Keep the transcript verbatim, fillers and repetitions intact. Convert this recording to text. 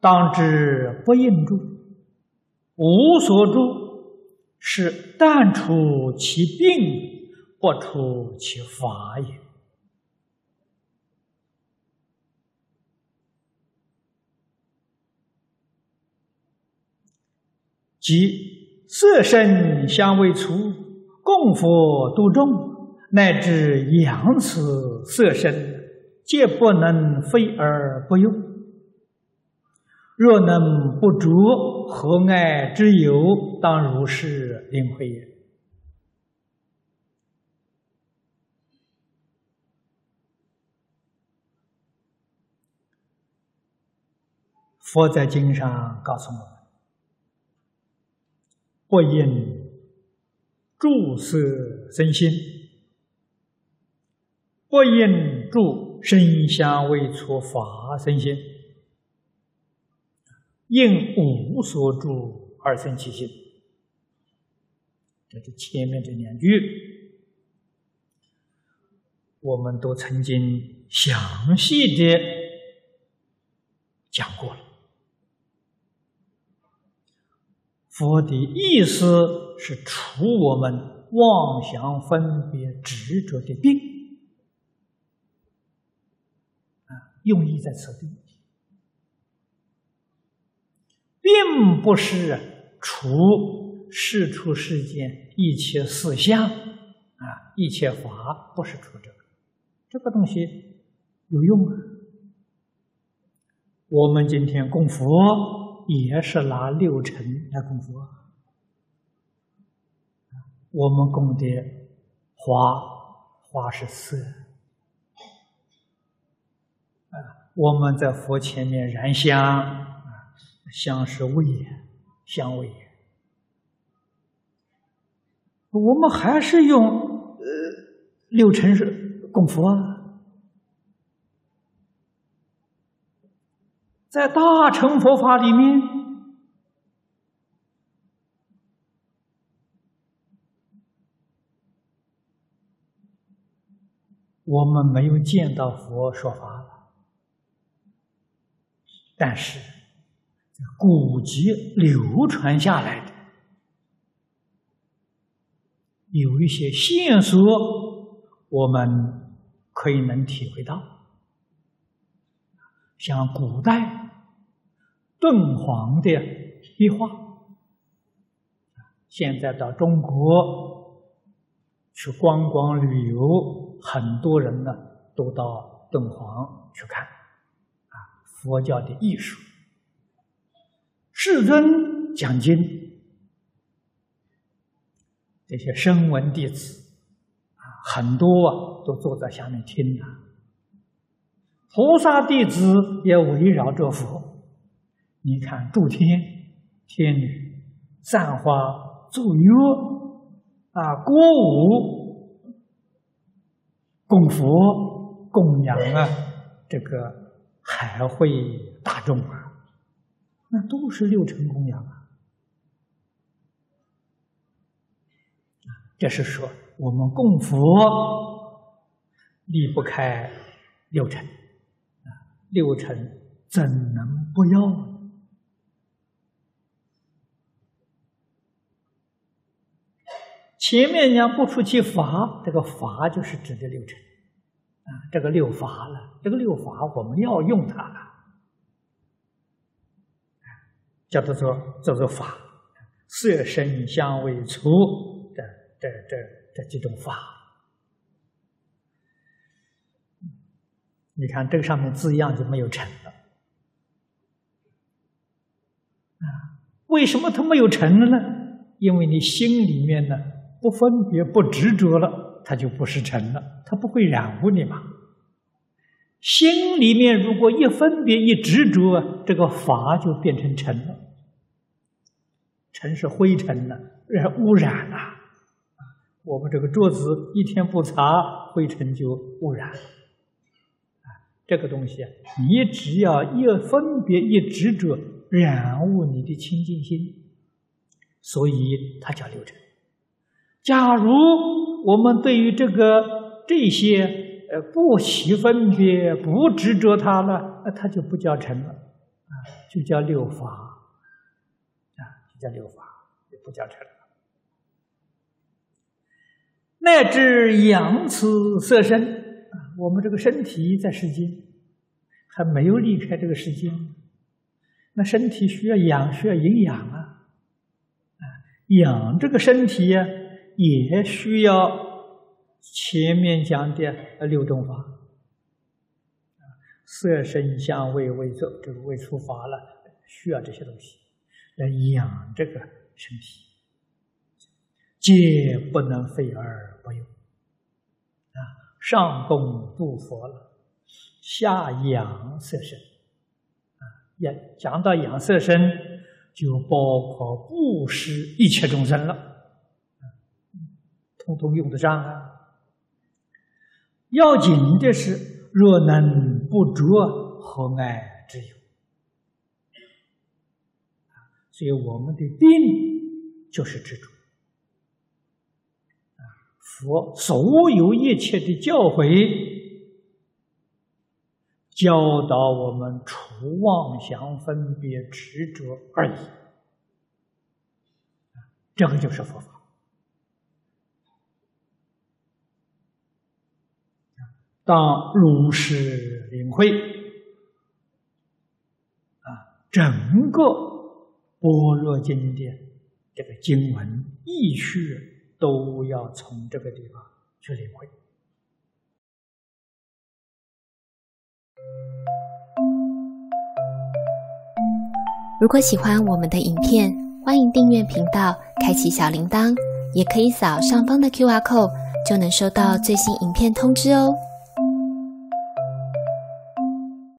当知不应住，无所住，是但除其病，不除其法也。即色声香味触，供佛度众，乃至扬此色身，皆不能废而不用。若能不着，何爱之有？当如是领会也。佛在经上告诉我们，不应住色生心，不应住声香味触法生心，应无所住而生其心。这是前面这两句，我们都曾经详细的讲过了。佛的意思是除我们妄想分别执着的病，啊，用意在此地，并不是除世出世间一切事相，啊，一切法，不是除这个，这个东西有用啊。我们今天供佛也是拿六尘来供佛，我们供的花，花是色，啊，我们在佛前面燃香，啊，香是味，香味。我们还是用呃六尘是供佛啊。在大乘佛法里面，我们没有见到佛说法了，但是古籍流传下来的有一些线索，我们可以能体会到。像古代敦煌的壁画，现在到中国去观光旅游，很多人呢都到敦煌去看啊，佛教的艺术。世尊讲经，这些声闻弟子啊，很多啊都坐在下面听啊。菩萨弟子也围绕着佛，你看诸天天女散花奏乐啊，歌舞供佛供养啊，这个海会大众啊，那都是六尘供养啊。这是说我们供佛离不开六尘。六尘怎能不要？前面讲不出其法，这个法就是指的六尘啊，这个六法了，这个六法我们要用它了，叫做叫做法，色声香味触这这这这几种法。你看这个上面字样就没有尘了啊？为什么它没有尘了呢？因为你心里面呢不分别不执着了，它就不是尘了，它不会染污你嘛。心里面如果一分别一执着，这个法就变成尘了。尘是灰尘了，染污染了。我们这个桌子一天不擦，灰尘就污染了。这个东西，你只要一分别一执着，染污你的清净心，所以它叫六尘。假如我们对于这个这些呃不起分别，不执着它了，那它就不叫尘了， 啊，就叫六法，啊，就叫六法，也不叫尘。乃至养此色身，啊，我们这个身体在世间还没有离开这个世间，那身体需要养，需要营养啊，啊，养这个身体呀，也需要前面讲的六种法。色身香味味触，这个味触法了，需要这些东西来养这个身体，皆不能废而不用。啊，上供度佛了，下养色身。啊，也讲到养色身，就包括布施一切众生了，啊，通通用得上啊。要紧的是，若能不着，何爱之有？所以我们的病就是执着。佛所有一切的教诲，教导我们除妄想分别执着而已。这个就是佛法。当如实领会，啊，整个般若经的这个经文义趣都要从这个地方去领会。 如果喜欢我们的影片，欢迎订阅频道，开启小铃铛，也可以扫上方的 Q R code，就能收到最新影片通知哦。